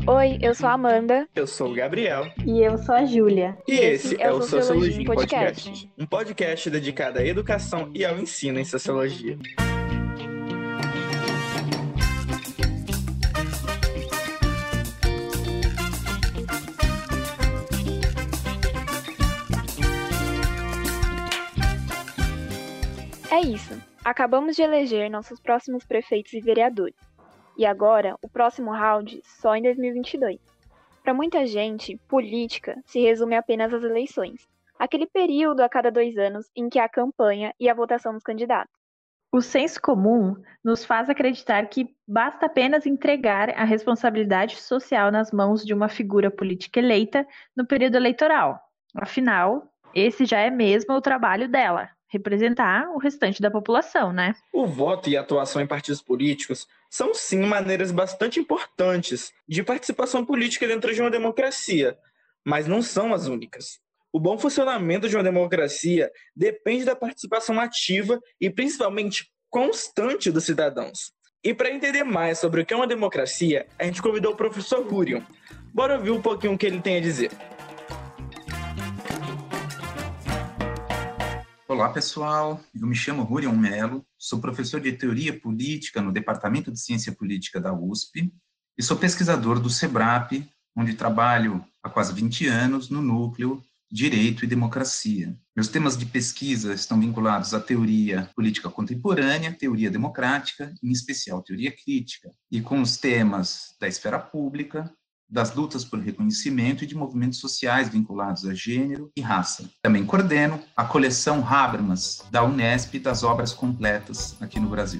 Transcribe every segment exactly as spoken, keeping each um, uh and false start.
Oi, eu sou a Amanda. Eu sou o Gabriel. E eu sou a Júlia. E esse é o Sociologia em Podcast. Podcast, um podcast dedicado à educação e ao ensino em sociologia. É isso. Acabamos de eleger nossos próximos prefeitos e vereadores. E agora, o próximo round só em dois mil e vinte e dois. Para muita gente, política se resume apenas às eleições, aquele período a cada dois anos em que há a campanha e a votação dos candidatos. O senso comum nos faz acreditar que basta apenas entregar a responsabilidade social nas mãos de uma figura política eleita no período eleitoral. Afinal, esse já é mesmo o trabalho dela, representar o restante da população, né? O voto e a atuação em partidos políticos são, sim, maneiras bastante importantes de participação política dentro de uma democracia, mas não são as únicas. O bom funcionamento de uma democracia depende da participação ativa e, principalmente, constante dos cidadãos. E para entender mais sobre o que é uma democracia, a gente convidou o professor Hurion. Bora ouvir um pouquinho o que ele tem a dizer. Olá, pessoal. Eu me chamo Hurion Melo, sou professor de Teoria Política no Departamento de Ciência Política da U S P e sou pesquisador do SEBRAP, onde trabalho há quase vinte anos no núcleo Direito e Democracia. Meus temas de pesquisa estão vinculados à teoria política contemporânea, teoria democrática, em especial teoria crítica, e com os temas da esfera pública, das lutas por reconhecimento e de movimentos sociais vinculados a gênero e raça. Também coordeno a coleção Habermas, da Unesp, das obras completas aqui no Brasil.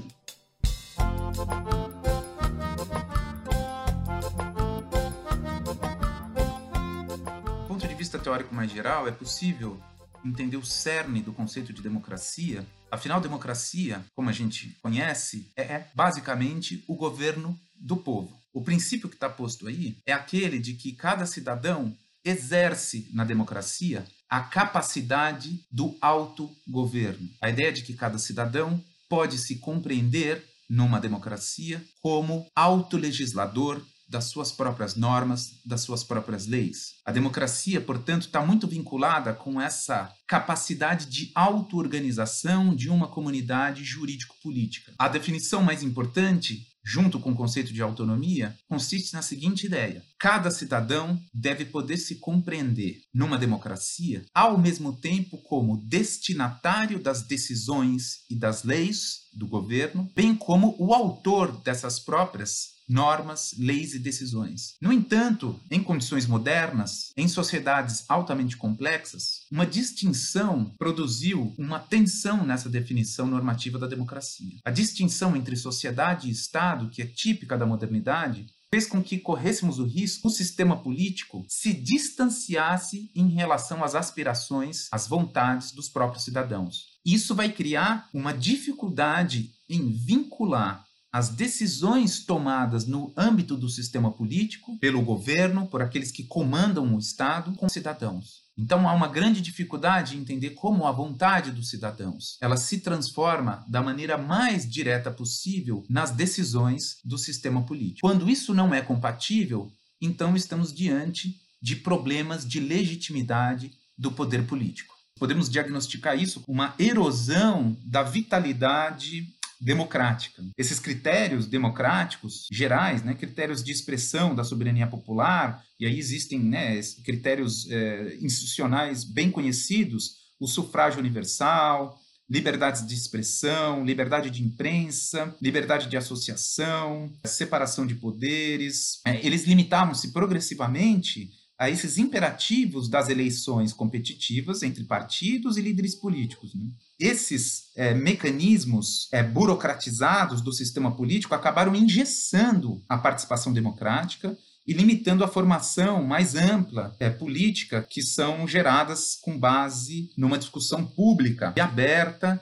Do ponto de vista teórico mais geral, é possível entender o cerne do conceito de democracia. Afinal, democracia, como a gente conhece, é basicamente o governo do povo. O princípio que está posto aí é aquele de que cada cidadão exerce na democracia a capacidade do autogoverno. A ideia de que cada cidadão pode se compreender numa democracia como autolegislador das suas próprias normas, das suas próprias leis. A democracia, portanto, está muito vinculada com essa capacidade de auto-organização de uma comunidade jurídico-política. A definição mais importante, junto com o conceito de autonomia, consiste na seguinte ideia: cada cidadão deve poder se compreender numa democracia ao mesmo tempo como destinatário das decisões e das leis do governo, bem como o autor dessas próprias normas, leis e decisões. No entanto, em condições modernas, em sociedades altamente complexas, uma distinção produziu uma tensão nessa definição normativa da democracia. A distinção entre sociedade e Estado, que é típica da modernidade, fez com que corrêssemos o risco do sistema político se distanciasse em relação às aspirações, às vontades dos próprios cidadãos. Isso vai criar uma dificuldade em vincular as decisões tomadas no âmbito do sistema político, pelo governo, por aqueles que comandam o Estado, com os cidadãos. Então há uma grande dificuldade em entender como a vontade dos cidadãos ela se transforma da maneira mais direta possível nas decisões do sistema político. Quando isso não é compatível, então estamos diante de problemas de legitimidade do poder político. Podemos diagnosticar isso como uma erosão da vitalidade democrática. Esses critérios democráticos gerais, né, critérios de expressão da soberania popular, e aí existem, né, critérios é, institucionais bem conhecidos, o sufrágio universal, liberdades de expressão, liberdade de imprensa, liberdade de associação, separação de poderes. É, eles limitavam-se progressivamente a esses imperativos das eleições competitivas entre partidos e líderes políticos, né? Esses é, mecanismos é, burocratizados do sistema político acabaram engessando a participação democrática e limitando a formação mais ampla é, política que são geradas com base numa discussão pública e aberta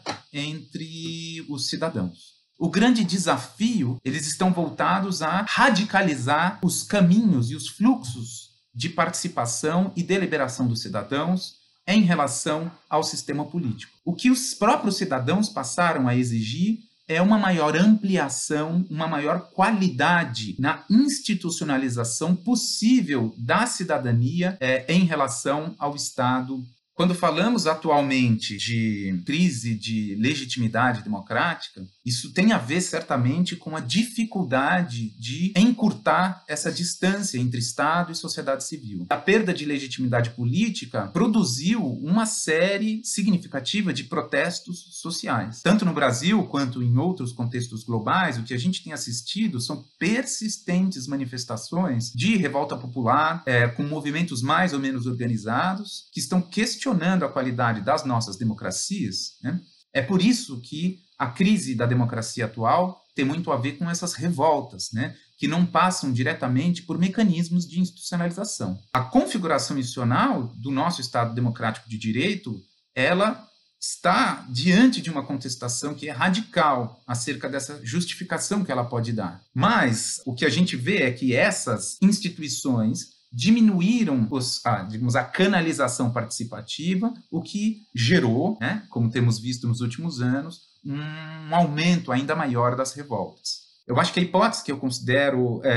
entre os cidadãos. O grande desafio, eles estão voltados a radicalizar os caminhos e os fluxos de participação e deliberação dos cidadãos em relação ao sistema político. O que os próprios cidadãos passaram a exigir é uma maior ampliação, uma maior qualidade na institucionalização possível da cidadania é, em relação ao Estado. Quando falamos atualmente de crise de legitimidade democrática, isso tem a ver certamente com a dificuldade de encurtar essa distância entre Estado e sociedade civil. A perda de legitimidade política produziu uma série significativa de protestos sociais. Tanto no Brasil quanto em outros contextos globais, o que a gente tem assistido são persistentes manifestações de revolta popular, é, com movimentos mais ou menos organizados, que estão questionando questionando a qualidade das nossas democracias, né? É por isso que a crise da democracia atual tem muito a ver com essas revoltas, né? Que não passam diretamente por mecanismos de institucionalização. A configuração institucional do nosso Estado democrático de direito, ela está diante de uma contestação que é radical acerca dessa justificação que ela pode dar. Mas o que a gente vê é que essas instituições diminuíram os, a, digamos, a canalização participativa, o que gerou, né, como temos visto nos últimos anos, um aumento ainda maior das revoltas. Eu acho que a hipótese que eu considero é,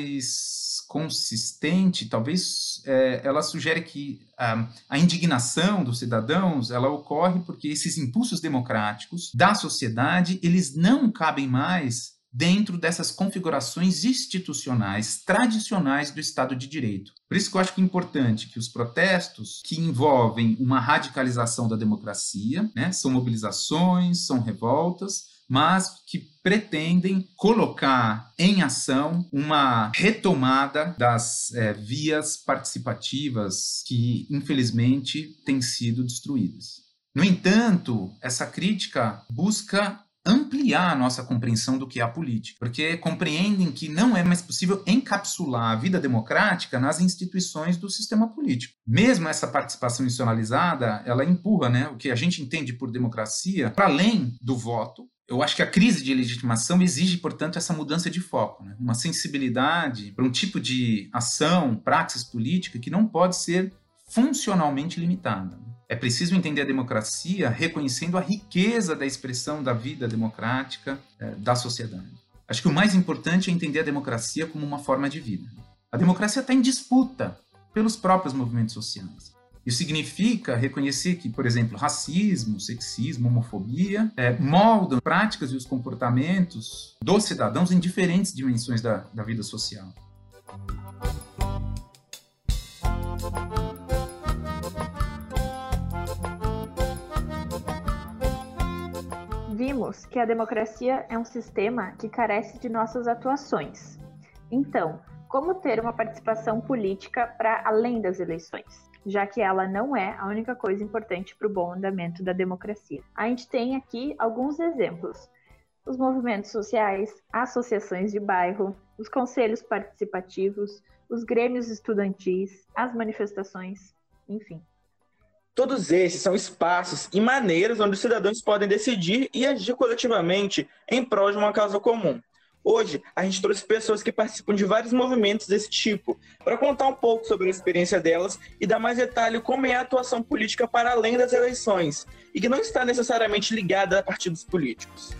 mais consistente, talvez é, ela sugere que a, a indignação dos cidadãos ela ocorre porque esses impulsos democráticos da sociedade eles não cabem mais dentro dessas configurações institucionais tradicionais do Estado de Direito. Por isso que eu acho que é importante que os protestos que envolvem uma radicalização da democracia, né, são mobilizações, são revoltas, mas que pretendem colocar em ação uma retomada das é, vias participativas que, infelizmente, têm sido destruídas. No entanto, essa crítica busca ampliar a nossa compreensão do que é a política, porque compreendem que não é mais possível encapsular a vida democrática nas instituições do sistema político. Mesmo essa participação institucionalizada, ela empurra, né, o que a gente entende por democracia para além do voto. Eu acho que a crise de legitimação exige, portanto, essa mudança de foco, né? Uma sensibilidade para um tipo de ação, praxis política que não pode ser funcionalmente limitada. É preciso entender a democracia reconhecendo a riqueza da expressão da vida democrática eh, da sociedade. Acho que o mais importante é entender a democracia como uma forma de vida. A democracia está em disputa pelos próprios movimentos sociais. Isso significa reconhecer que, por exemplo, racismo, sexismo, homofobia eh, moldam as práticas e os comportamentos dos cidadãos em diferentes dimensões da, da vida social. Vimos que a democracia é um sistema que carece de nossas atuações. Então, como ter uma participação política para além das eleições, já que ela não é a única coisa importante para o bom andamento da democracia? A gente tem aqui alguns exemplos. Os movimentos sociais, associações de bairro, os conselhos participativos, os grêmios estudantis, as manifestações, enfim. Todos esses são espaços e maneiras onde os cidadãos podem decidir e agir coletivamente em prol de uma causa comum. Hoje, a gente trouxe pessoas que participam de vários movimentos desse tipo, para contar um pouco sobre a experiência delas e dar mais detalhe como é a atuação política para além das eleições, e que não está necessariamente ligada a partidos políticos.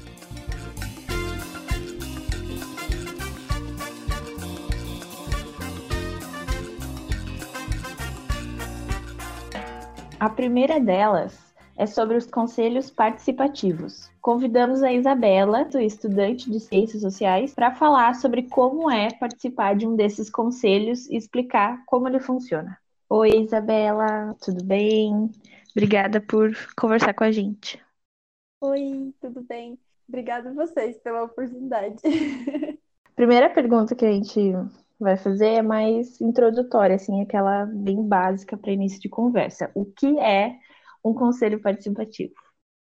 A primeira delas é sobre os conselhos participativos. Convidamos a Isabela, estudante de Ciências Sociais, para falar sobre como é participar de um desses conselhos e explicar como ele funciona. Oi, Isabela, tudo bem? Obrigada por conversar com a gente. Oi, tudo bem? Obrigada a vocês pela oportunidade. Primeira pergunta que a gente vai fazer é mais introdutória, assim, aquela bem básica para início de conversa. O que é um conselho participativo?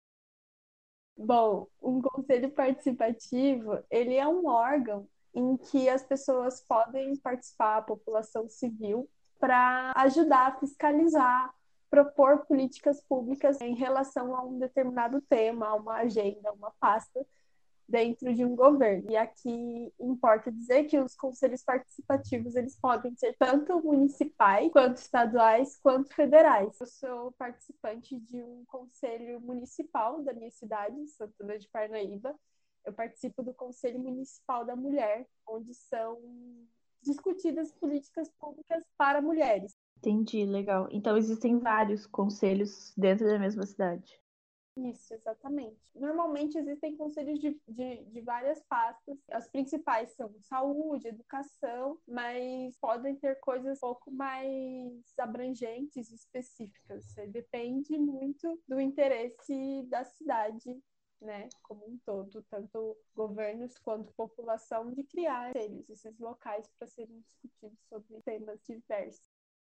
Bom, um conselho participativo, ele é um órgão em que as pessoas podem participar, a população civil, para ajudar a fiscalizar, propor políticas públicas em relação a um determinado tema, a uma agenda, a uma pasta dentro de um governo. E aqui importa dizer que os conselhos participativos eles podem ser tanto municipais, quanto estaduais, quanto federais. Eu sou participante de um conselho municipal da minha cidade, Santana de Parnaíba, eu participo do Conselho Municipal da Mulher, onde são discutidas políticas públicas para mulheres. Entendi, legal. Então existem vários conselhos dentro da mesma cidade. Isso, exatamente. Normalmente existem conselhos de, de, de várias pastas. As principais são saúde, educação, mas podem ter coisas um pouco mais abrangentes e específicas. Depende muito do interesse da cidade, né, como um todo, tanto governos quanto população, de criar eles, esses locais para serem discutidos sobre temas diversos.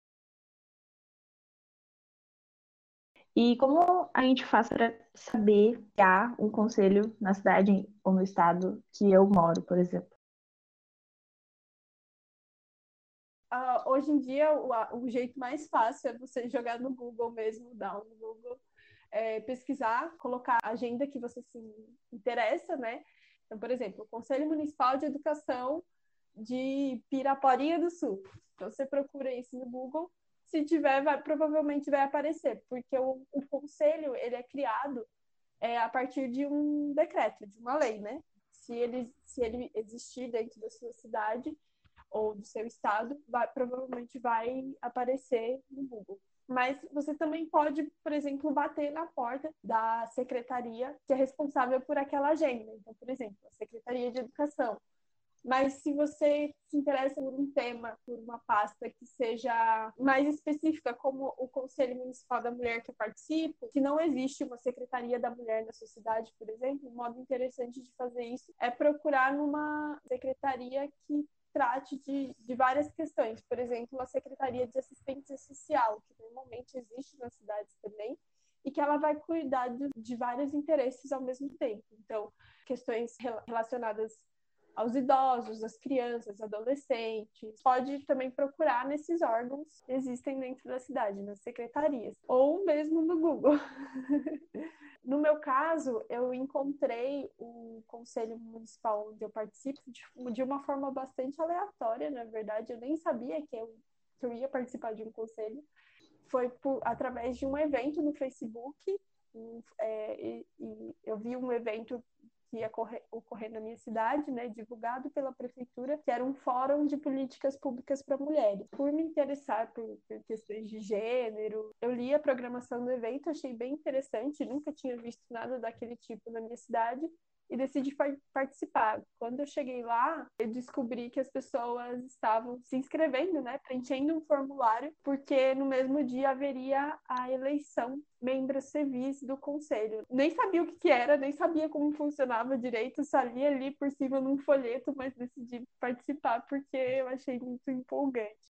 E como a gente faz para saber que há um conselho na cidade ou no estado que eu moro, por exemplo? Uh, hoje em dia, o, o jeito mais fácil é você jogar no Google mesmo, dar um Google, é, pesquisar, colocar a agenda que você se interessa, né? Então, por exemplo, o Conselho Municipal de Educação de Piraporinha do Sul. Então, você procura isso no Google. Se tiver, vai, provavelmente vai aparecer, porque o, o conselho ele é criado é, a partir de um decreto, de uma lei, né? Se ele, se ele existir dentro da sua cidade ou do seu estado, vai, provavelmente vai aparecer no Google. Mas você também pode, por exemplo, bater na porta da secretaria que é responsável por aquela agenda. Então, por exemplo, a Secretaria de Educação. Mas se você se interessa por um tema, por uma pasta que seja mais específica, como o Conselho Municipal da Mulher que eu participo, se não existe uma Secretaria da Mulher na sua cidade, por exemplo, um modo interessante de fazer isso é procurar numa secretaria que trate de, de várias questões. Por exemplo, a Secretaria de Assistência Social, que normalmente existe nas cidades também, e que ela vai cuidar de, de vários interesses ao mesmo tempo. Então, questões relacionadas aos idosos, às crianças, adolescentes. Pode também procurar nesses órgãos que existem dentro da cidade, nas secretarias, ou mesmo no Google. No meu caso, eu encontrei o Conselho Municipal onde eu participo de, de uma forma bastante aleatória, na verdade. Eu nem sabia que eu, que eu ia participar de um conselho. Foi por, através de um evento no Facebook. Um, é, e, e eu vi um evento que ia correr, ocorrer na minha cidade, né, divulgado pela prefeitura, que era um fórum de políticas públicas para mulheres. Por me interessar por, por questões de gênero, eu li a programação do evento, achei bem interessante, nunca tinha visto nada daquele tipo na minha cidade, e decidi participar. Quando eu cheguei lá, eu descobri que as pessoas estavam se inscrevendo, né, preenchendo um formulário, porque no mesmo dia haveria a eleição membros civis do conselho. Nem sabia o que, que era, nem sabia como funcionava direito, só li ali por cima num folheto, mas decidi participar porque eu achei muito empolgante.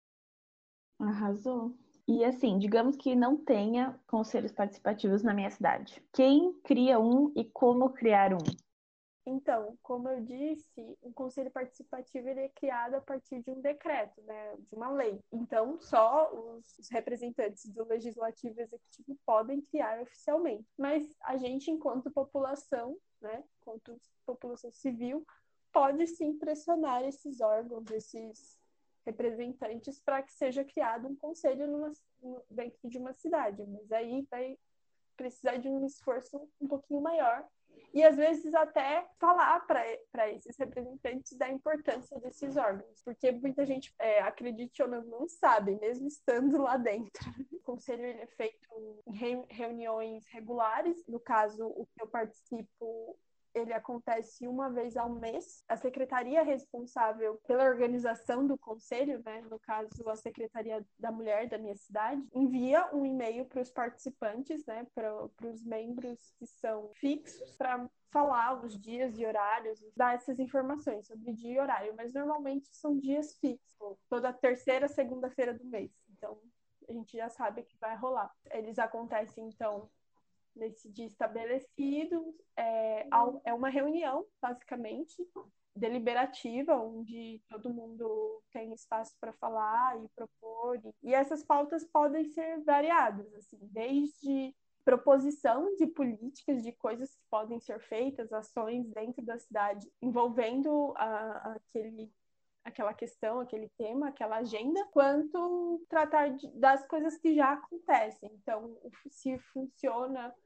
Arrasou. E assim, digamos que não tenha conselhos participativos na minha cidade. Quem cria um e como criar um? Então, como eu disse, o conselho participativo ele é criado a partir de um decreto, né, de uma lei. Então, só os representantes do legislativo e executivo podem criar oficialmente. Mas a gente, enquanto população, né, enquanto população civil, pode sim pressionar esses órgãos, esses representantes, para que seja criado um conselho numa, dentro de uma cidade. Mas aí vai precisar de um esforço um pouquinho maior. E, às vezes, até falar para esses representantes da importância desses órgãos. Porque muita gente, é, acredite ou não, não sabe, mesmo estando lá dentro. O conselho ele é feito em reuniões regulares. No caso, o que eu participo, ele acontece uma vez ao mês. A secretaria responsável pela organização do conselho, né, no caso a Secretaria da Mulher da minha cidade, envia um e-mail para os participantes, né, para os membros que são fixos, para falar os dias e horários, dar essas informações sobre dia e horário, mas normalmente são dias fixos, toda terceira, segunda-feira do mês. Então, a gente já sabe que vai rolar. Eles acontecem, então, nesse dia estabelecido, é, é uma reunião, basicamente, deliberativa, onde todo mundo tem espaço para falar e propor. E, e essas pautas podem ser variadas, assim, desde proposição de políticas, de coisas que podem ser feitas, ações dentro da cidade, envolvendo a, aquele aquela questão, aquele tema, aquela agenda, quanto tratar de, das coisas que já acontecem. Então, se funciona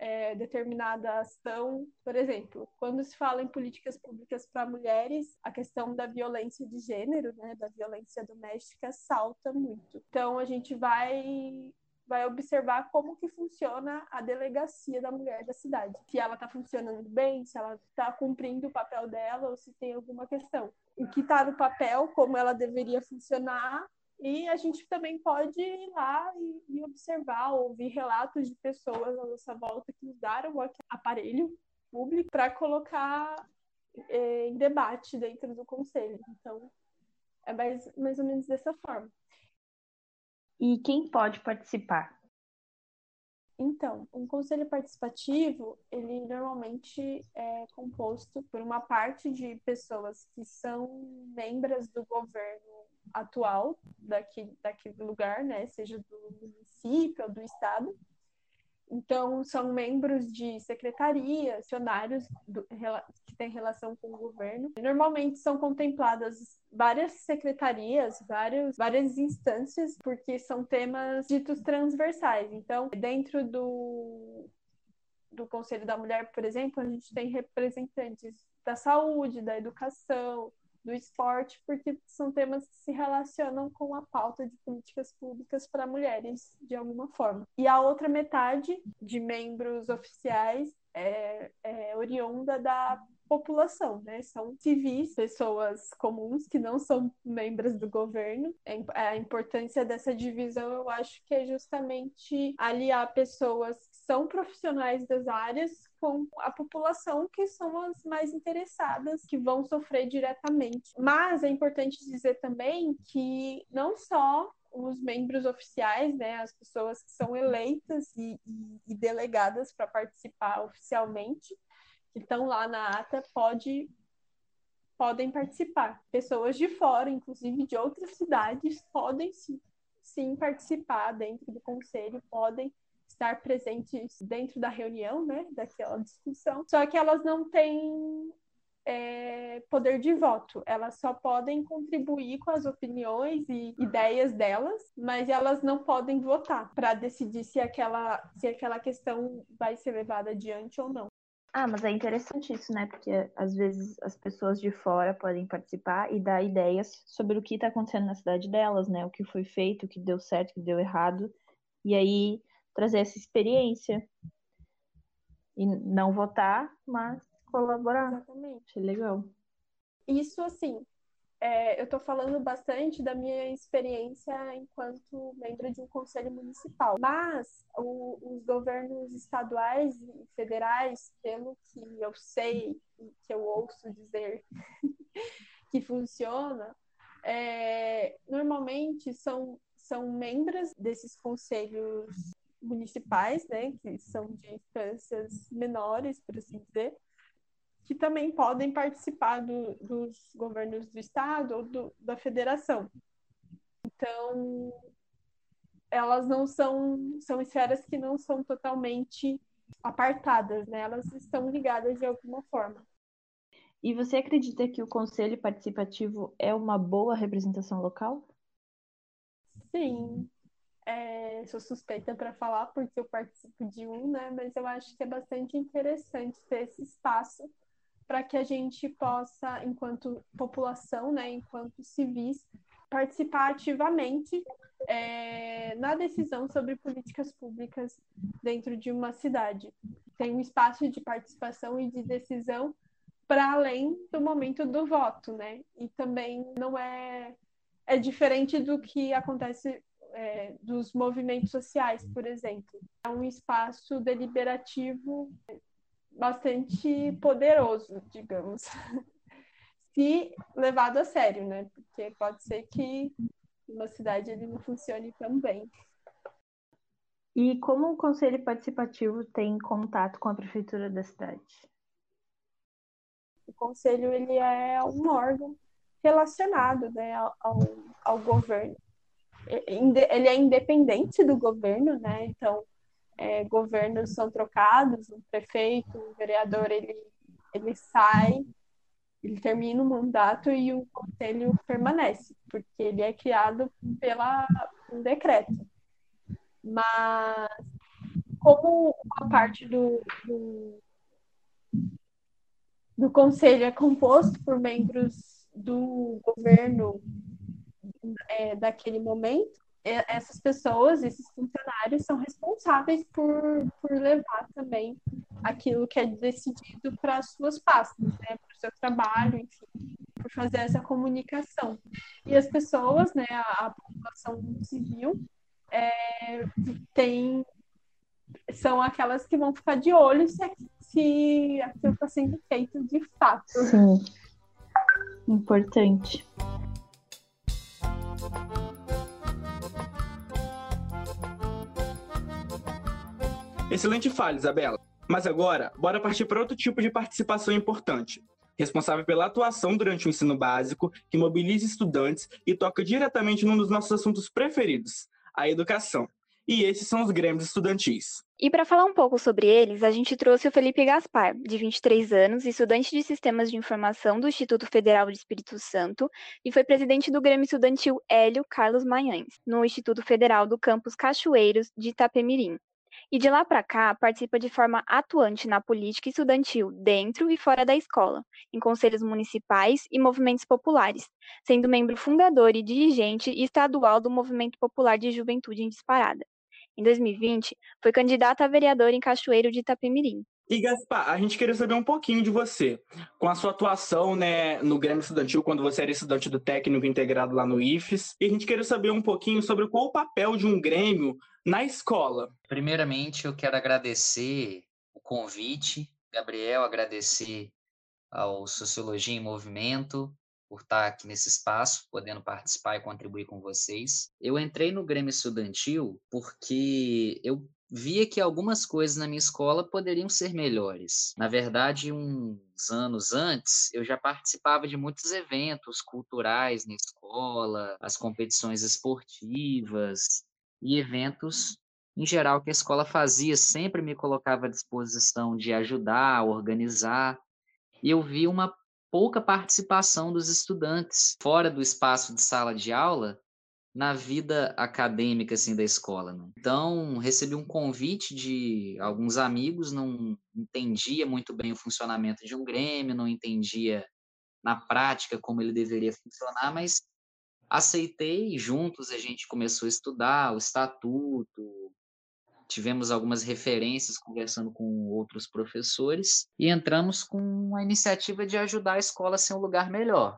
é, determinada ação. Por exemplo, quando se fala em políticas públicas para mulheres, a questão da violência de gênero, né, da violência doméstica, salta muito. Então, a gente vai vai observar como que funciona a delegacia da mulher da cidade. Se ela está funcionando bem, se ela está cumprindo o papel dela ou se tem alguma questão. O que está no papel, como ela deveria funcionar, e a gente também pode ir lá e, e observar, ouvir relatos de pessoas à nossa volta que usaram o aparelho público para colocar é, em debate dentro do conselho. Então, é mais, mais ou menos dessa forma. E quem pode participar? Então, um conselho participativo, ele normalmente é composto por uma parte de pessoas que são membros do governo atual daquele, daquele lugar, né? Seja do município ou do estado. Então, são membros de secretarias, funcionários do, que têm relação com o governo. Normalmente são contempladas várias secretarias, vários, várias instâncias, porque são temas ditos transversais. Então, dentro do, do Conselho da Mulher, por exemplo, a gente tem representantes da saúde, da educação, do esporte, porque são temas que se relacionam com a pauta de políticas públicas para mulheres, de alguma forma. E a outra metade de membros oficiais é, é oriunda da população, né? São civis, pessoas comuns que não são membros do governo. A importância dessa divisão, eu acho que é justamente aliar pessoas que são profissionais das áreas com a população, que são as mais interessadas, que vão sofrer diretamente. Mas é importante dizer também que não só os membros oficiais, né, as pessoas que são eleitas e, e, e delegadas para participar oficialmente, que estão lá na ata, pode, podem participar. Pessoas de fora, inclusive de outras cidades, podem sim, sim participar dentro do conselho, podem estar presentes dentro da reunião, né, daquela discussão, só que elas não têm é, poder de voto, elas só podem contribuir com as opiniões e ideias delas, mas elas não podem votar para decidir se aquela, se aquela questão vai ser levada adiante ou não. Ah, mas é interessante isso, né? Porque às vezes as pessoas de fora podem participar e dar ideias sobre o que está acontecendo na cidade delas, né? O que foi feito, o que deu certo, o que deu errado. E aí trazer essa experiência. E não votar, mas colaborar. Exatamente. Achei legal. Isso, assim, é, eu estou falando bastante da minha experiência enquanto membro de um conselho municipal. Mas o, os governos estaduais e federais, pelo que eu sei e que eu ouço dizer que funciona, é, normalmente são, são membros desses conselhos municipais, né, que são de instâncias menores, por assim dizer, que também podem participar do, dos governos do estado ou do, da federação. Então, elas não são, são esferas que não são totalmente apartadas, né? Elas estão ligadas de alguma forma. E você acredita que o conselho participativo é uma boa representação local? Sim. É, sou suspeita para falar porque eu participo de um, né? Mas eu acho que é bastante interessante ter esse espaço para que a gente possa, enquanto população, né, enquanto civis, participar ativamente é, na decisão sobre políticas públicas dentro de uma cidade. Tem um espaço de participação e de decisão para além do momento do voto, né? E também não é, é diferente do que acontece é, dos movimentos sociais, por exemplo. É um espaço deliberativo bastante poderoso, digamos, se levado a sério, né? Porque pode ser que uma cidade ele não funcione tão bem. E como o conselho participativo tem contato com a prefeitura da cidade? O conselho ele é um órgão relacionado, né, ao, ao governo. Ele é independente do governo, né? Então, É, governos são trocados, um prefeito, um vereador, ele, ele sai, ele termina o mandato e o conselho permanece, porque ele é criado pela um decreto. Mas como uma parte do, do, do conselho é composto por membros do governo é, daquele momento, é, essas pessoas, esses funcionários, são responsáveis por, por levar também aquilo que é decidido para as suas pastas, né, para o seu trabalho, enfim, por fazer essa comunicação. E as pessoas, né, a, a população civil, é, tem, são aquelas que vão ficar de olho se, se aquilo está sendo feito de fato. Sim, importante. Excelente fala, Isabela. Mas agora, bora partir para outro tipo de participação importante, responsável pela atuação durante o ensino básico, que mobiliza estudantes e toca diretamente num dos nossos assuntos preferidos, a educação. E esses são os grêmios estudantis. E para falar um pouco sobre eles, a gente trouxe o Felipe Gaspar, de vinte e três anos, estudante de Sistemas de Informação do Instituto Federal de Espírito Santo e foi presidente do Grêmio Estudantil Hélio Carlos Magalhães, no Instituto Federal do Campus Cachoeiros de Itapemirim. E de lá para cá, participa de forma atuante na política estudantil dentro e fora da escola, em conselhos municipais e movimentos populares, sendo membro fundador e dirigente estadual do Movimento Popular de Juventude em Disparada. Em dois mil e vinte, foi candidato a vereador em Cachoeiro de Itapemirim. E Gaspar, a gente queria saber um pouquinho de você, com a sua atuação, né, no Grêmio Estudantil, quando você era estudante do técnico integrado lá no I F E S, e a gente queria saber um pouquinho sobre qual o papel de um Grêmio na escola. Primeiramente, eu quero agradecer o convite, Gabriel, agradecer ao Sociologia em Movimento por estar aqui nesse espaço, podendo participar e contribuir com vocês. Eu entrei no Grêmio Estudantil porque eu via que algumas coisas na minha escola poderiam ser melhores. Na verdade, uns anos antes, eu já participava de muitos eventos culturais na escola, as competições esportivas e eventos em geral que a escola fazia, sempre me colocava à disposição de ajudar, organizar, e eu vi uma pouca participação dos estudantes fora do espaço de sala de aula na vida acadêmica assim da escola, né? Então, recebi um convite de alguns amigos, não entendia muito bem o funcionamento de um grêmio, não entendia na prática como ele deveria funcionar, mas aceitei, e juntos a gente começou a estudar o estatuto, tivemos algumas referências conversando com outros professores e entramos com a iniciativa de ajudar a escola a ser um lugar melhor.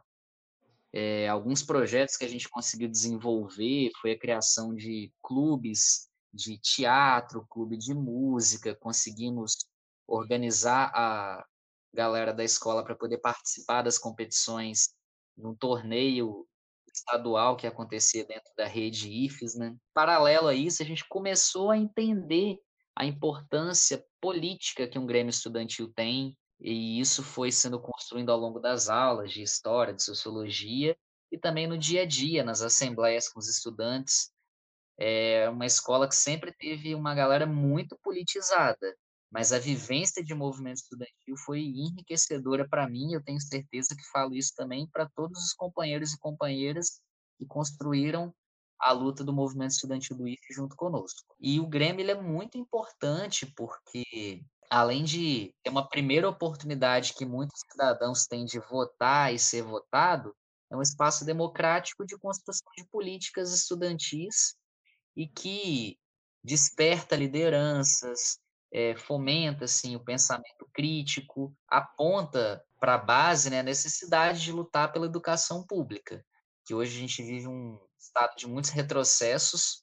É, alguns projetos que a gente conseguiu desenvolver foi a criação de clubes de teatro, clube de música, conseguimos organizar a galera da escola para poder participar das competições num torneio estadual que acontecia dentro da rede I F E S, né? Paralelo a isso, a gente começou a entender a importância política que um grêmio estudantil tem, e isso foi sendo construído ao longo das aulas de história, de sociologia, e também no dia a dia, nas assembleias com os estudantes. É uma escola que sempre teve uma galera muito politizada, mas a vivência de movimento estudantil foi enriquecedora para mim, eu tenho certeza que falo isso também para todos os companheiros e companheiras que construíram a luta do movimento estudantil do I F E junto conosco. E o Grêmio ele é muito importante porque, além de ter uma primeira oportunidade que muitos cidadãos têm de votar e ser votado, é um espaço democrático de construção de políticas estudantis e que desperta lideranças, é, fomenta assim, o pensamento crítico, aponta para a base, né, a necessidade de lutar pela educação pública, que hoje a gente vive um estado de muitos retrocessos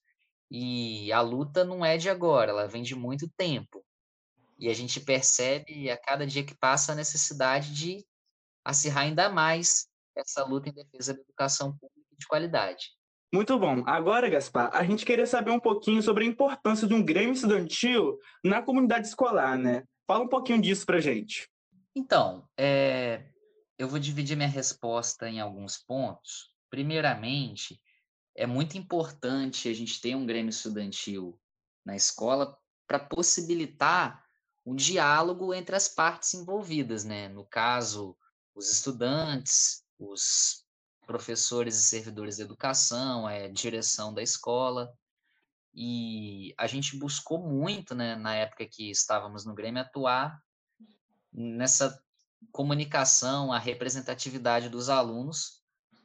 e a luta não é de agora, ela vem de muito tempo. E a gente percebe a cada dia que passa a necessidade de acirrar ainda mais essa luta em defesa da educação pública de qualidade. Muito bom. Agora, Gaspar, a gente queria saber um pouquinho sobre a importância de um Grêmio Estudantil na comunidade escolar, né? Fala um pouquinho disso pra gente. Então, é, eu vou dividir minha resposta em alguns pontos. Primeiramente, é muito importante a gente ter um Grêmio Estudantil na escola para possibilitar um diálogo entre as partes envolvidas, né? No caso, os estudantes, os professores e servidores de educação, a direção da escola. e a gente buscou muito, né, na época que estávamos no Grêmio, atuar nessa comunicação, a representatividade dos alunos.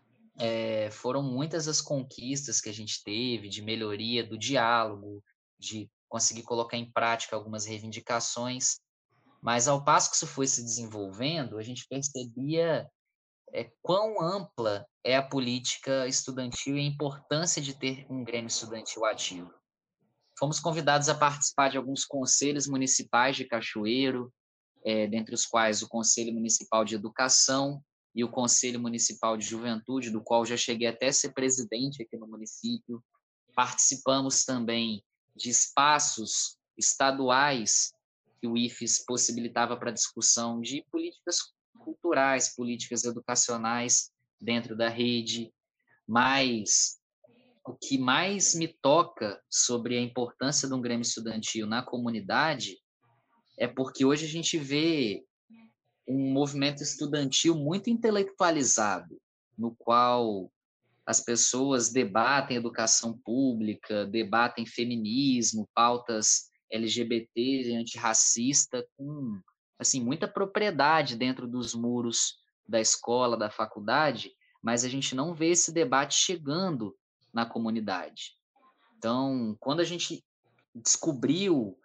É, foram muitas as conquistas que a gente teve de melhoria do diálogo, de conseguir colocar em prática algumas reivindicações, mas ao passo que isso foi se desenvolvendo, a gente percebia é, quão ampla é a política estudantil e a importância de ter um Grêmio estudantil ativo. Fomos convidados a participar de alguns conselhos municipais de Cachoeiro, é, dentre os quais o Conselho Municipal de Educação e o Conselho Municipal de Juventude, do qual já cheguei até a ser presidente aqui no município. Participamos também de espaços estaduais que o I F E S possibilitava para discussão de políticas culturais, políticas educacionais dentro da rede, mas o que mais me toca sobre a importância de um Grêmio estudantil na comunidade é porque hoje a gente vê um movimento estudantil muito intelectualizado, no qual as pessoas debatem educação pública, debatem feminismo, pautas L G B T e antirracista com assim, muita propriedade dentro dos muros da escola, da faculdade, mas a gente não vê esse debate chegando na comunidade. Então, quando a gente descobriu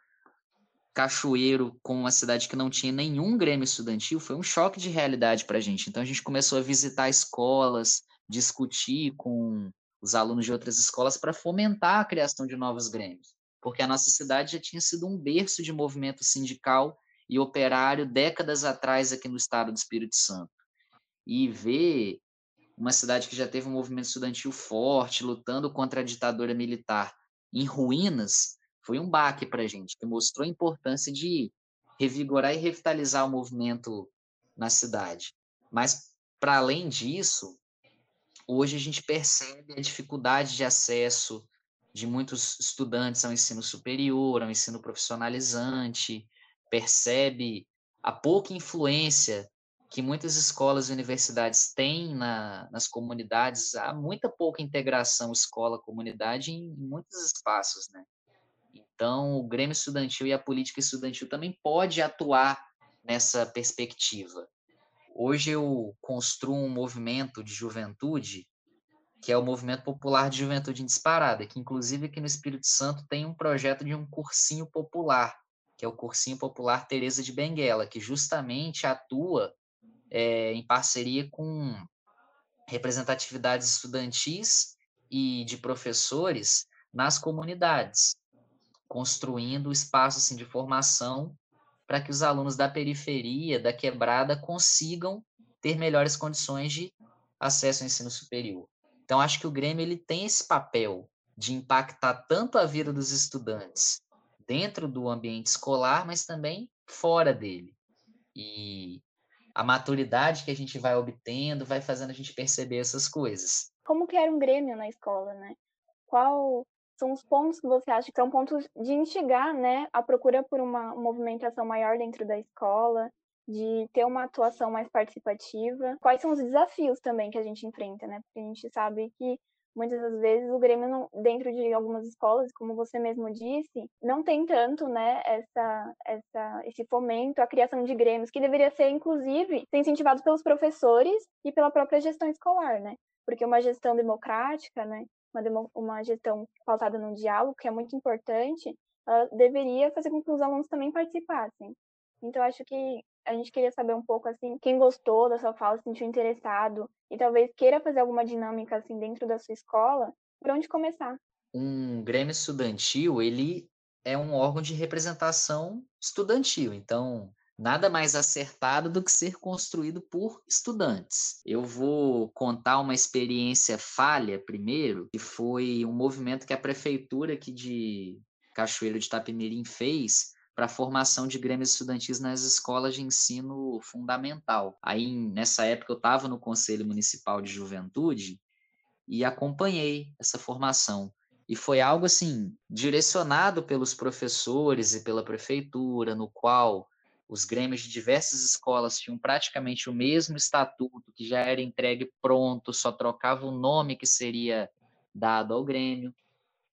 Cachoeiro como uma cidade que não tinha nenhum Grêmio estudantil, foi um choque de realidade para a gente. Então, a gente começou a visitar escolas, discutir com os alunos de outras escolas para fomentar a criação de novos Grêmios, porque a nossa cidade já tinha sido um berço de movimento sindical e operário décadas atrás aqui no estado do Espírito Santo. E ver uma cidade que já teve um movimento estudantil forte, lutando contra a ditadura militar em ruínas, foi um baque para a gente, que mostrou a importância de revigorar e revitalizar o movimento na cidade. Mas, para além disso, hoje a gente percebe a dificuldade de acesso de muitos estudantes ao ensino superior, ao ensino profissionalizante, percebe a pouca influência que muitas escolas e universidades têm na, nas comunidades, há muita pouca integração escola-comunidade em, em muitos espaços, né? Então, o Grêmio Estudantil e a política estudantil também pode atuar nessa perspectiva. Hoje eu construo um movimento de juventude, que é o Movimento Popular de Juventude em Disparada, que inclusive aqui no Espírito Santo tem um projeto de um cursinho popular, que é o Cursinho Popular Teresa de Benguela, que justamente atua é, em parceria com representatividades estudantis e de professores nas comunidades, construindo espaços assim, de formação para que os alunos da periferia, da quebrada, consigam ter melhores condições de acesso ao ensino superior. Então, acho que o Grêmio ele tem esse papel de impactar tanto a vida dos estudantes dentro do ambiente escolar, mas também fora dele. E a maturidade que a gente vai obtendo vai fazendo a gente perceber essas coisas. Como que era um Grêmio na escola, né? Qual são os pontos que você acha que são pontos de instigar, né, a procura por uma movimentação maior dentro da escola, de ter uma atuação mais participativa? Quais são os desafios também que a gente enfrenta, né? Porque a gente sabe que muitas das vezes o Grêmio, não, dentro de algumas escolas, como você mesmo disse, não tem tanto, né, essa, essa, esse fomento à criação de grêmios, que deveria ser, inclusive, ser incentivado pelos professores e pela própria gestão escolar, né? Porque uma gestão democrática, né, uma, demo, uma gestão pautada no diálogo, que é muito importante, ela deveria fazer com que os alunos também participassem. Então, acho que a gente queria saber um pouco, assim, quem gostou da sua fala, se sentiu interessado e talvez queira fazer alguma dinâmica, assim, dentro da sua escola, por onde começar? Um Grêmio estudantil, ele é um órgão de representação estudantil, então nada mais acertado do que ser construído por estudantes. Eu vou contar uma experiência falha primeiro, que foi um movimento que a prefeitura aqui de Cachoeiro de Itapemirim fez para a formação de grêmios estudantis nas escolas de ensino fundamental. Aí, nessa época, eu estava no Conselho Municipal de Juventude e acompanhei essa formação. E foi algo, assim, direcionado pelos professores e pela prefeitura, no qual os grêmios de diversas escolas tinham praticamente o mesmo estatuto, que já era entregue pronto, só trocava o nome que seria dado ao grêmio.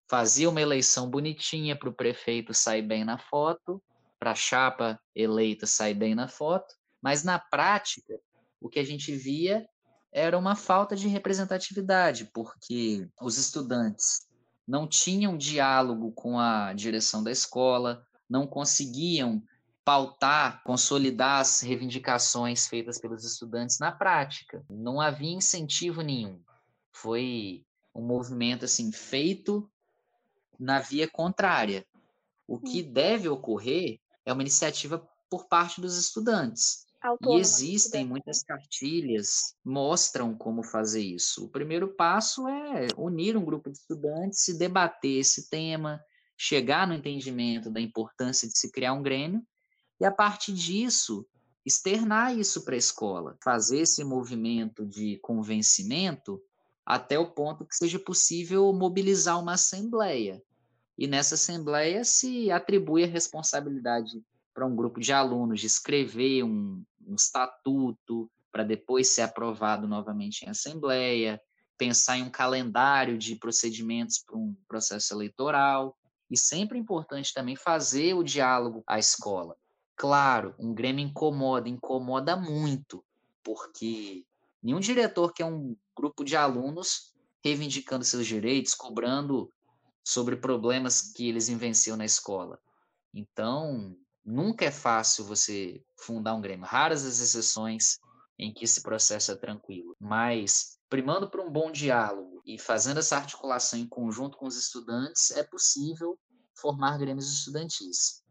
fazia uma eleição bonitinha para o prefeito sair bem na foto, para a chapa eleita sair bem na foto, mas na prática, o que a gente via era uma falta de representatividade, porque os estudantes não tinham diálogo com a direção da escola, não conseguiam pautar, consolidar as reivindicações feitas pelos estudantes na prática. Não havia incentivo nenhum. Foi um movimento assim feito na via contrária. O que deve ocorrer é uma iniciativa por parte dos estudantes. E Autônoma do existem estudante, né? muitas cartilhas que mostram como fazer isso. O primeiro passo é unir um grupo de estudantes, se debater esse tema, chegar no entendimento da importância de se criar um grêmio e, a partir disso, externar isso para a escola, fazer esse movimento de convencimento até o ponto que seja possível mobilizar uma assembleia. E nessa assembleia se atribui a responsabilidade para um grupo de alunos de escrever um, um estatuto para depois ser aprovado novamente em assembleia, pensar em um calendário de procedimentos para um processo eleitoral, e sempre é importante também fazer o diálogo à escola. Claro, um grêmio incomoda, incomoda muito, porque nenhum diretor quer um grupo de alunos reivindicando seus direitos, cobrando sobre problemas que eles vivenciam na escola. Então, nunca é fácil você fundar um grêmio. Raras as exceções em que esse processo é tranquilo. Mas, primando por um bom diálogo e fazendo essa articulação em conjunto com os estudantes, é possível formar grêmios estudantis.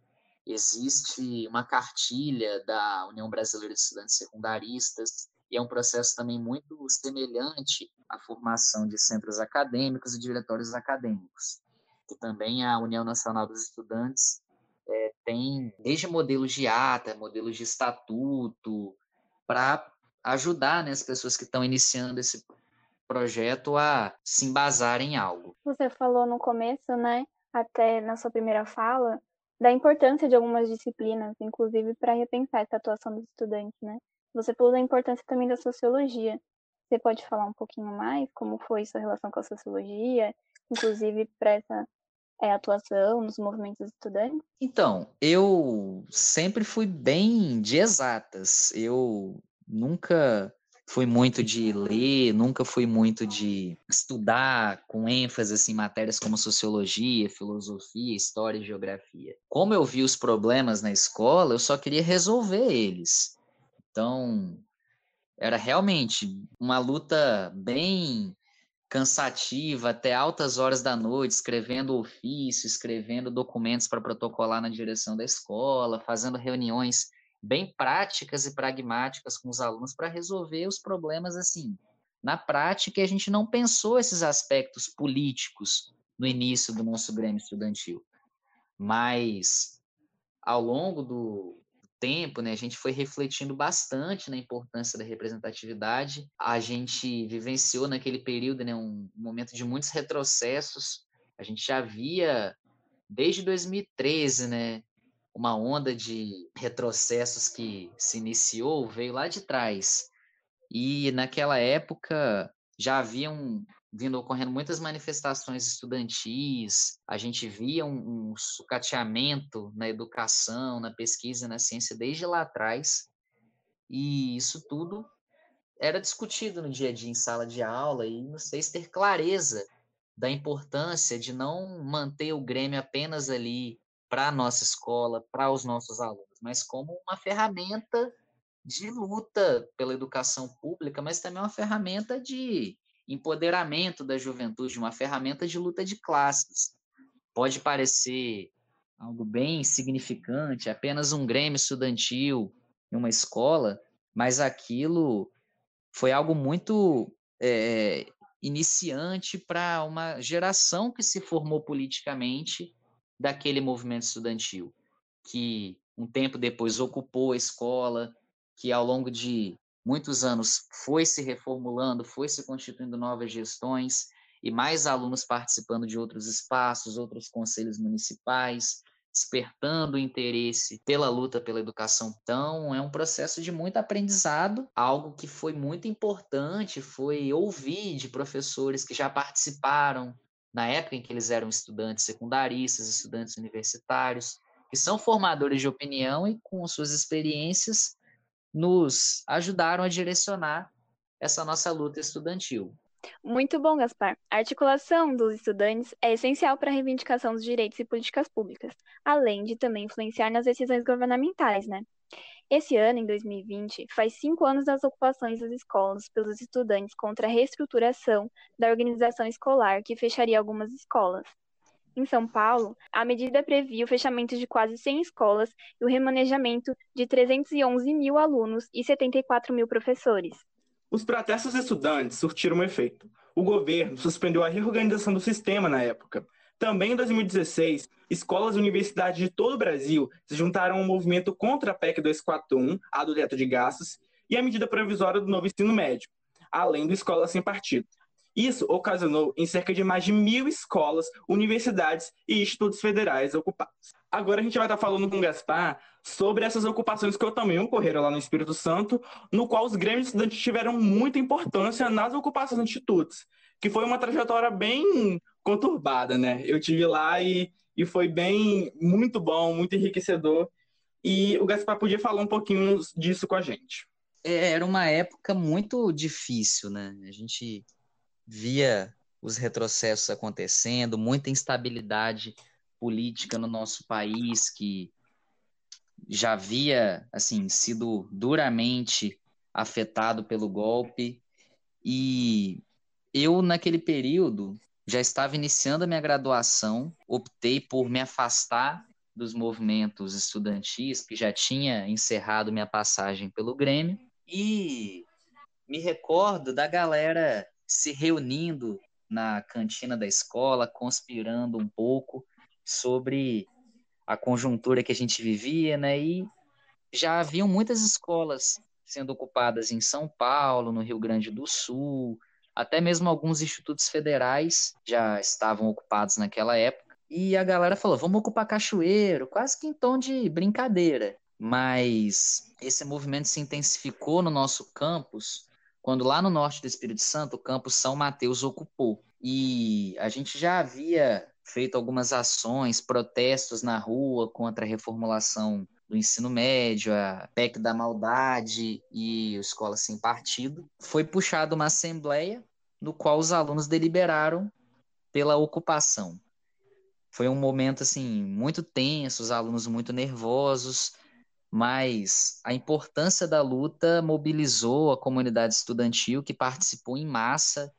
Existe uma cartilha da União Brasileira de Estudantes Secundaristas, e é um processo também muito semelhante à formação de centros acadêmicos e diretórios acadêmicos, que também a União Nacional dos Estudantes é, tem desde modelos de ata, modelos de estatuto, para ajudar, né, as pessoas que estão iniciando esse projeto a se embasarem em algo. Você falou no começo, né, até na sua primeira fala, da importância de algumas disciplinas, inclusive para repensar essa atuação dos estudantes, né? Você falou da importância também da sociologia. Você pode falar um pouquinho mais como foi sua relação com a sociologia, inclusive para essa é, atuação nos movimentos estudantes? Então, eu sempre fui bem de exatas. Eu nunca fui muito de ler, nunca fui muito de estudar com ênfase assim, em matérias como sociologia, filosofia, história e geografia. Como eu vi os problemas na escola, eu só queria resolver eles. Então, era realmente uma luta bem cansativa até altas horas da noite, escrevendo ofício, escrevendo documentos para protocolar na direção da escola, fazendo reuniões bem práticas e pragmáticas com os alunos para resolver os problemas assim. Na prática, a gente não pensou esses aspectos políticos no início do nosso Grêmio Estudantil, mas ao longo do tempo, né, a gente foi refletindo bastante na importância da representatividade. A gente vivenciou naquele período, né, um momento de muitos retrocessos. A gente já via desde dois mil e treze, né, uma onda de retrocessos que se iniciou, veio lá de trás. E naquela época já haviam vindo ocorrendo muitas manifestações estudantis, a gente via um, um sucateamento na educação, na pesquisa e na ciência desde lá atrás, e isso tudo era discutido no dia a dia em sala de aula, e nos fez ter clareza da importância de não manter o Grêmio apenas ali para a nossa escola, para os nossos alunos, mas como uma ferramenta de luta pela educação pública, mas também uma ferramenta de empoderamento da juventude, uma ferramenta de luta de classes. Pode parecer algo bem significante, apenas um grêmio estudantil em uma escola, mas aquilo foi algo muito é, iniciante para uma geração que se formou politicamente daquele movimento estudantil, que um tempo depois ocupou a escola, que ao longo de muitos anos foi se reformulando, foi se constituindo novas gestões e mais alunos participando de outros espaços, outros conselhos municipais, despertando o interesse pela luta pela educação. Então, é um processo de muito aprendizado, algo que foi muito importante foi ouvir de professores que já participaram na época em que eles eram estudantes secundaristas, estudantes universitários, que são formadores de opinião e, com suas experiências, nos ajudaram a direcionar essa nossa luta estudantil. Muito bom, Gaspar. A articulação dos estudantes é essencial para a reivindicação dos direitos e políticas públicas, além de também influenciar nas decisões governamentais, né? Esse ano, em dois mil e vinte, faz cinco anos das ocupações das escolas pelos estudantes contra a reestruturação da organização escolar, que fecharia algumas escolas. Em São Paulo, a medida previa o fechamento de quase cem escolas e o remanejamento de trezentos e onze mil alunos e setenta e quatro mil professores. Os protestos estudantes surtiram um efeito. O governo suspendeu a reorganização do sistema na época. Também em dois mil e dezesseis, escolas e universidades de todo o Brasil se juntaram ao movimento contra a P E C duzentos e quarenta e um, a do teto de gastos, e a medida provisória do novo ensino médio, além do Escola Sem Partido. Isso ocasionou em cerca de mais de mil escolas, universidades e institutos federais ocupados. Agora a gente vai estar falando com o Gaspar sobre essas ocupações que também ocorreram lá no Espírito Santo, no qual os grêmios estudantes tiveram muita importância nas ocupações dos institutos, que foi uma trajetória bem conturbada, né? Eu tive lá e, e foi bem, muito bom, muito enriquecedor. E o Gaspar podia falar um pouquinho disso com a gente. Era uma época muito difícil, né? A gente via os retrocessos acontecendo, muita instabilidade política no nosso país, que já havia assim, sido duramente afetado pelo golpe. E eu, naquele período, já estava iniciando a minha graduação, optei por me afastar dos movimentos estudantis, que já tinha encerrado minha passagem pelo Grêmio, e me recordo da galera se reunindo na cantina da escola, conspirando um pouco sobre a conjuntura que a gente vivia, né? E já haviam muitas escolas sendo ocupadas em São Paulo, no Rio Grande do Sul, até mesmo alguns institutos federais já estavam ocupados naquela época. E a galera falou, vamos ocupar Cachoeiro, quase que em tom de brincadeira. Mas esse movimento se intensificou no nosso campus, quando lá no norte do Espírito Santo, o campus São Mateus ocupou. E a gente já havia feito algumas ações, protestos na rua contra a reformulação do ensino médio, a P E C da maldade e a Escola Sem Partido. Foi puxada uma assembleia no qual os alunos deliberaram pela ocupação. Foi um momento assim muito tenso, os alunos muito nervosos, mas a importância da luta mobilizou a comunidade estudantil que participou em massa.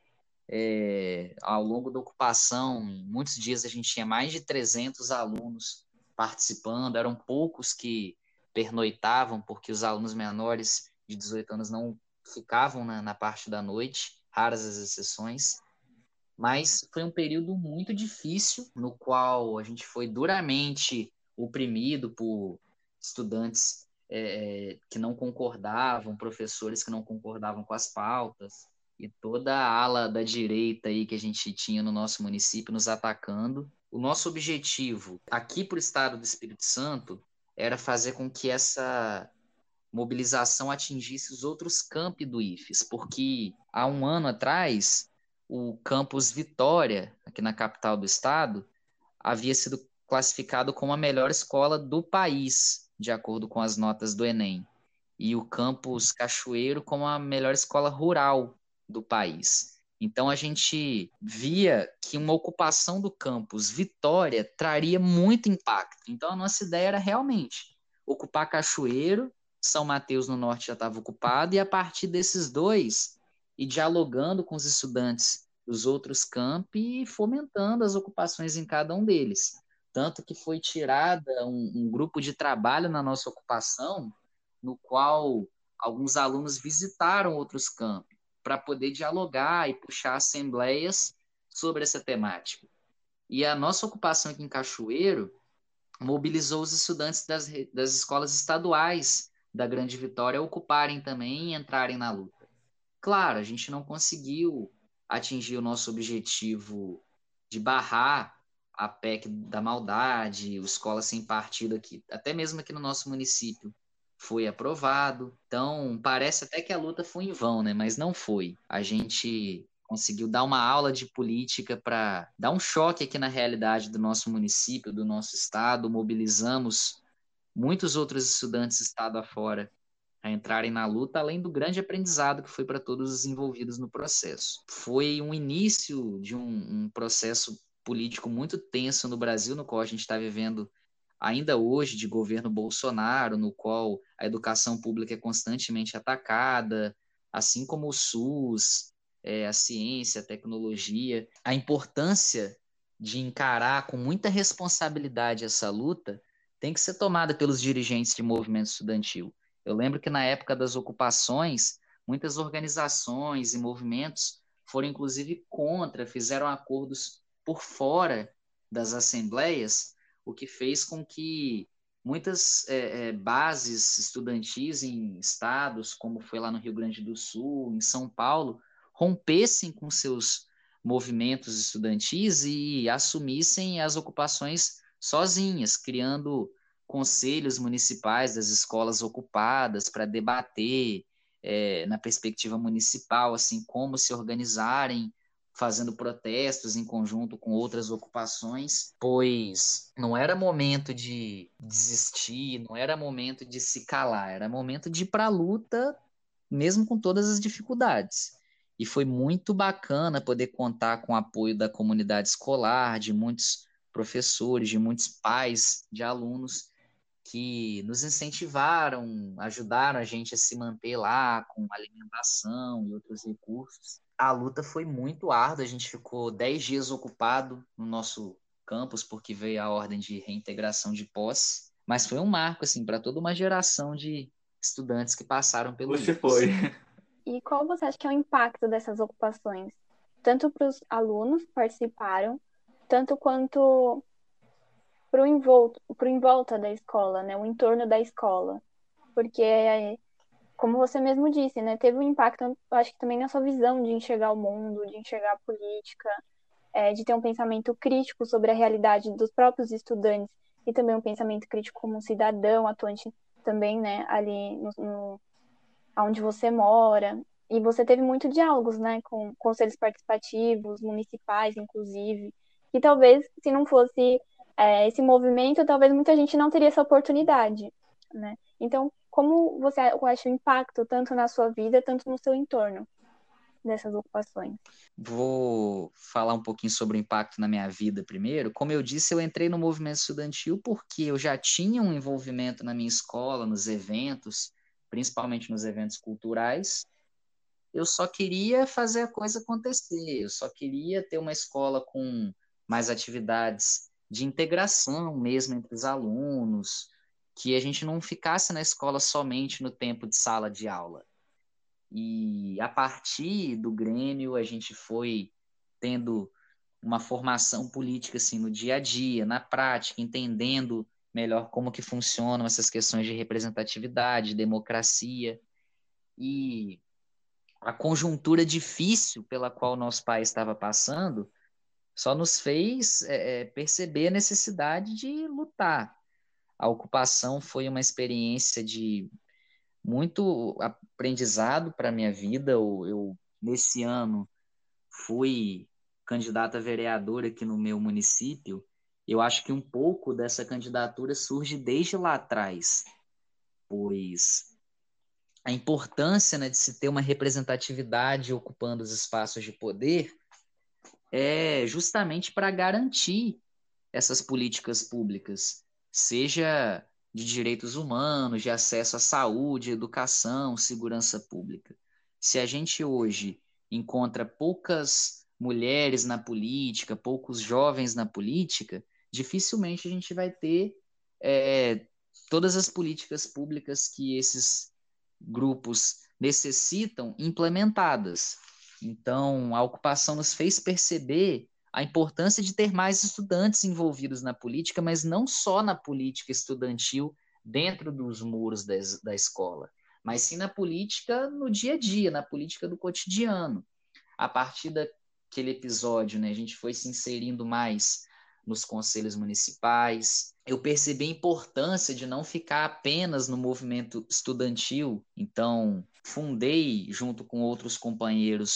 É, ao longo da ocupação, muitos dias a gente tinha mais de trezentos alunos participando, eram poucos que pernoitavam, porque os alunos menores de dezoito anos não ficavam na, na parte da noite, raras as exceções, mas foi um período muito difícil, no qual a gente foi duramente oprimido por estudantes é, que não concordavam, professores que não concordavam com as pautas, e toda a ala da direita aí que a gente tinha no nosso município nos atacando. O nosso objetivo aqui para o estado do Espírito Santo era fazer com que essa mobilização atingisse os outros campi do I F E S, porque há um ano atrás, o campus Vitória, aqui na capital do estado, havia sido classificado como a melhor escola do país, de acordo com as notas do Enem, e o campus Cachoeiro como a melhor escola rural do país. Então a gente via que uma ocupação do campus Vitória traria muito impacto. Então a nossa ideia era realmente ocupar Cachoeiro, São Mateus no norte já estava ocupado, e a partir desses dois, ir dialogando com os estudantes dos outros campi e fomentando as ocupações em cada um deles. Tanto que foi tirada um, um grupo de trabalho na nossa ocupação, no qual alguns alunos visitaram outros campi, para poder dialogar e puxar assembleias sobre essa temática. E a nossa ocupação aqui em Cachoeiro mobilizou os estudantes das, das escolas estaduais da Grande Vitória a ocuparem também e entrarem na luta. Claro, a gente não conseguiu atingir o nosso objetivo de barrar a P E C da maldade, o Escola Sem Partido aqui, até mesmo aqui no nosso município, foi aprovado. Então, parece até que a luta foi em vão, né? Mas não foi. A gente conseguiu dar uma aula de política para dar um choque aqui na realidade do nosso município, do nosso estado. Mobilizamos muitos outros estudantes estado afora a entrarem na luta, além do grande aprendizado que foi para todos os envolvidos no processo. Foi um início de um, um processo político muito tenso no Brasil, no qual a gente está vivendo ainda hoje, de governo Bolsonaro, no qual a educação pública é constantemente atacada, assim como o SUS, é, a ciência, a tecnologia. A importância de encarar com muita responsabilidade essa luta tem que ser tomada pelos dirigentes de movimento estudantil. Eu lembro que na época das ocupações, muitas organizações e movimentos foram inclusive contra, fizeram acordos por fora das assembleias, o que fez com que muitas é, é, bases estudantis em estados, como foi lá no Rio Grande do Sul, em São Paulo, rompessem com seus movimentos estudantis e assumissem as ocupações sozinhas, criando conselhos municipais das escolas ocupadas para debater é, na perspectiva municipal, assim, como se organizarem, fazendo protestos em conjunto com outras ocupações, pois não era momento de desistir, não era momento de se calar, era momento de ir para a luta, mesmo com todas as dificuldades. E foi muito bacana poder contar com o apoio da comunidade escolar, de muitos professores, de muitos pais, de alunos, que nos incentivaram, ajudaram a gente a se manter lá com alimentação e outros recursos. A luta foi muito árdua, a gente ficou dez dias ocupado no nosso campus, porque veio a ordem de reintegração de posse, mas foi um marco assim, para toda uma geração de estudantes que passaram pelo Você I F E S. foi. E qual você acha que é o impacto dessas ocupações? Tanto para os alunos que participaram, tanto quanto para o envolto, pro em volta da escola, né? O entorno da escola. Porque, como você mesmo disse, né? Teve um impacto, eu acho que também na sua visão de enxergar o mundo, de enxergar a política, é, de ter um pensamento crítico sobre a realidade dos próprios estudantes e também um pensamento crítico como um cidadão atuante também, né? Ali no, no onde você mora. E você teve muito diálogos, né? Com conselhos participativos, municipais, inclusive. E talvez, se não fosse é, esse movimento, talvez muita gente não teria essa oportunidade, né? Então, como você acha o impacto tanto na sua vida, tanto no seu entorno dessas ocupações? Vou falar um pouquinho sobre o impacto na minha vida primeiro. Como eu disse, eu entrei no movimento estudantil porque eu já tinha um envolvimento na minha escola, nos eventos, principalmente nos eventos culturais. Eu só queria fazer a coisa acontecer, eu só queria ter uma escola com mais atividades de integração mesmo entre os alunos, que a gente não ficasse na escola somente no tempo de sala de aula. E a partir do Grêmio, a gente foi tendo uma formação política assim, no dia a dia, na prática, entendendo melhor como que funcionam essas questões de representatividade, democracia. E a conjuntura difícil pela qual nosso país estava passando só nos fez é, perceber a necessidade de lutar. A ocupação foi uma experiência de muito aprendizado para a minha vida. Eu, eu, nesse ano, fui candidato a vereador aqui no meu município. Eu acho que um pouco dessa candidatura surge desde lá atrás, pois a importância, né, de se ter uma representatividade ocupando os espaços de poder é justamente para garantir essas políticas públicas, seja de direitos humanos, de acesso à saúde, educação, segurança pública. Se a gente hoje encontra poucas mulheres na política, poucos jovens na política, dificilmente a gente vai ter é, todas as políticas públicas que esses grupos necessitam implementadas. Então, a ocupação nos fez perceber a importância de ter mais estudantes envolvidos na política, mas não só na política estudantil dentro dos muros da, da escola, mas sim na política no dia a dia, na política do cotidiano. A partir daquele episódio, né, a gente foi se inserindo mais nos conselhos municipais. Eu percebi a importância de não ficar apenas no movimento estudantil. Então, fundei, junto com outros companheiros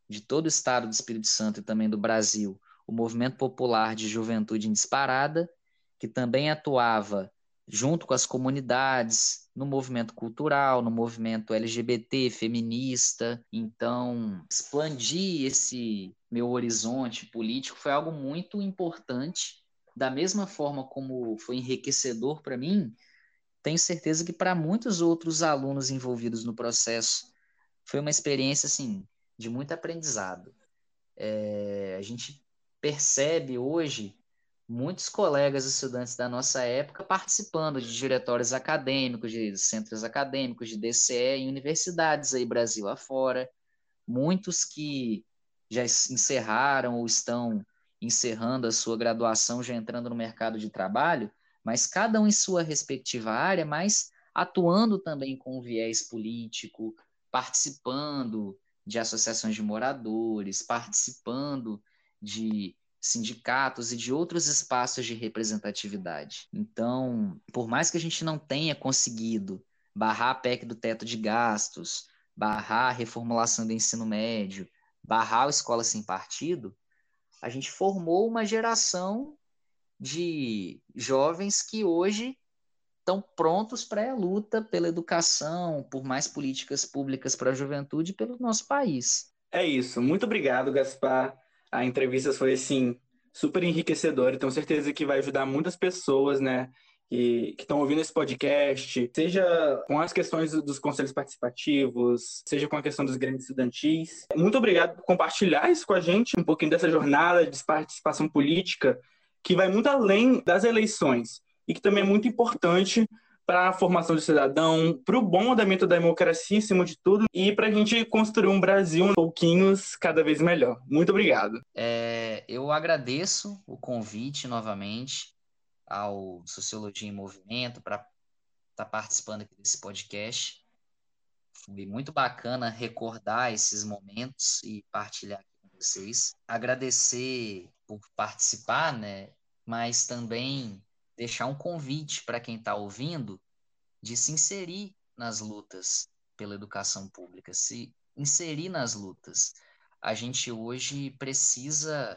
de todo o estado do Espírito Santo e também do Brasil, o Movimento Popular de Juventude em Disparada, que também atuava junto com as comunidades, no movimento cultural, no movimento L G B T, feminista. Então, expandir esse meu horizonte político foi algo muito importante. Da mesma forma como foi enriquecedor para mim, tenho certeza que para muitos outros alunos envolvidos no processo foi uma experiência assim, de muito aprendizado. É, a gente percebe hoje muitos colegas estudantes da nossa época participando de diretórios acadêmicos, de centros acadêmicos, de D C E em universidades aí Brasil afora, muitos que já encerraram ou estão encerrando a sua graduação, já entrando no mercado de trabalho, mas cada um em sua respectiva área, mas atuando também com viés político, participando de associações de moradores, participando de sindicatos e de outros espaços de representatividade. Então, por mais que a gente não tenha conseguido barrar a P E C do teto de gastos, barrar a reformulação do ensino médio, barrar a escola sem partido, a gente formou uma geração de jovens que hoje estão prontos para a luta pela educação, por mais políticas públicas para a juventude e pelo nosso país. É isso. Muito obrigado, Gaspar. A entrevista foi, assim, super enriquecedora. Tenho certeza que vai ajudar muitas pessoas, né, que estão ouvindo esse podcast, seja com as questões dos conselhos participativos, seja com a questão dos grêmios estudantis. Muito obrigado por compartilhar isso com a gente, um pouquinho dessa jornada de participação política, que vai muito além das eleições e que também é muito importante para a formação do cidadão, para o bom andamento da democracia, em cima de tudo, e para a gente construir um Brasil um pouquinho cada vez melhor. Muito obrigado. É, eu agradeço o convite novamente ao Sociologia em Movimento para estar tá participando aqui desse podcast. Foi muito bacana recordar esses momentos e partilhar aqui com vocês. Agradecer por participar, né? Mas também deixar um convite para quem está ouvindo de se inserir nas lutas pela educação pública, se inserir nas lutas. A gente hoje precisa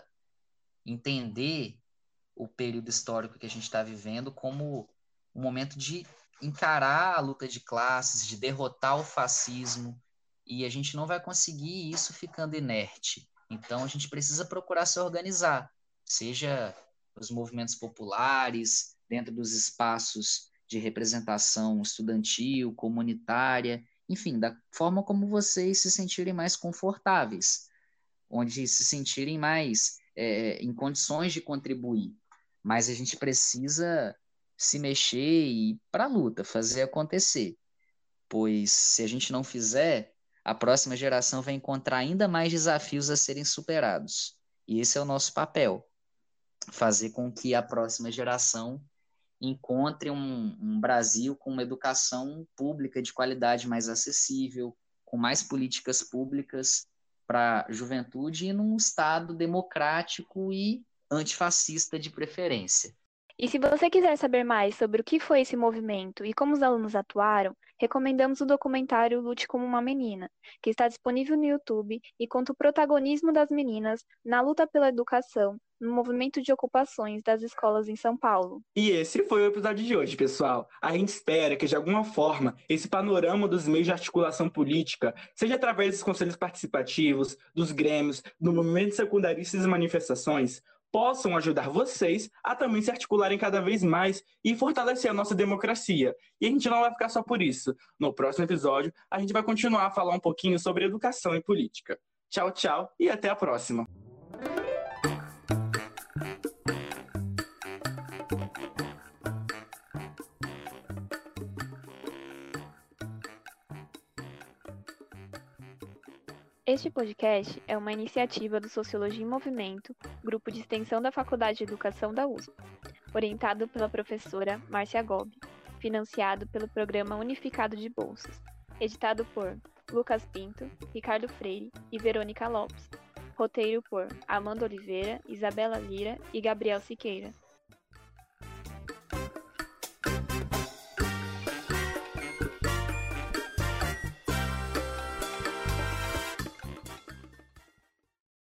entender o período histórico que a gente está vivendo como um momento de encarar a luta de classes, de derrotar o fascismo, e a gente não vai conseguir isso ficando inerte. Então a gente precisa procurar se organizar, seja os movimentos populares, dentro dos espaços de representação estudantil, comunitária, enfim, da forma como vocês se sentirem mais confortáveis, onde se sentirem mais é, em condições de contribuir. Mas a gente precisa se mexer e ir para a luta, fazer acontecer. Pois se a gente não fizer, a próxima geração vai encontrar ainda mais desafios a serem superados. E esse é o nosso papel. Fazer com que a próxima geração encontre um, um Brasil com uma educação pública de qualidade mais acessível, com mais políticas públicas para a juventude e num Estado democrático e antifascista de preferência. E se você quiser saber mais sobre o que foi esse movimento e como os alunos atuaram, recomendamos o documentário Lute como uma Menina, que está disponível no YouTube e conta o protagonismo das meninas na luta pela educação no movimento de ocupações das escolas em São Paulo. E esse foi o episódio de hoje, pessoal. A gente espera que, de alguma forma, esse panorama dos meios de articulação política, seja através dos conselhos participativos, dos grêmios, do movimento secundarista e manifestações, possam ajudar vocês a também se articularem cada vez mais e fortalecer a nossa democracia. E a gente não vai ficar só por isso. No próximo episódio, a gente vai continuar a falar um pouquinho sobre educação e política. Tchau, tchau e até a próxima. Este podcast é uma iniciativa do Sociologia em Movimento, grupo de extensão da Faculdade de Educação da U S P, orientado pela professora Márcia Gobi, financiado pelo Programa Unificado de Bolsas, editado por Lucas Pinto, Ricardo Freire e Verônica Lopes, roteiro por Amanda Oliveira, Isabela Lira e Gabriel Siqueira.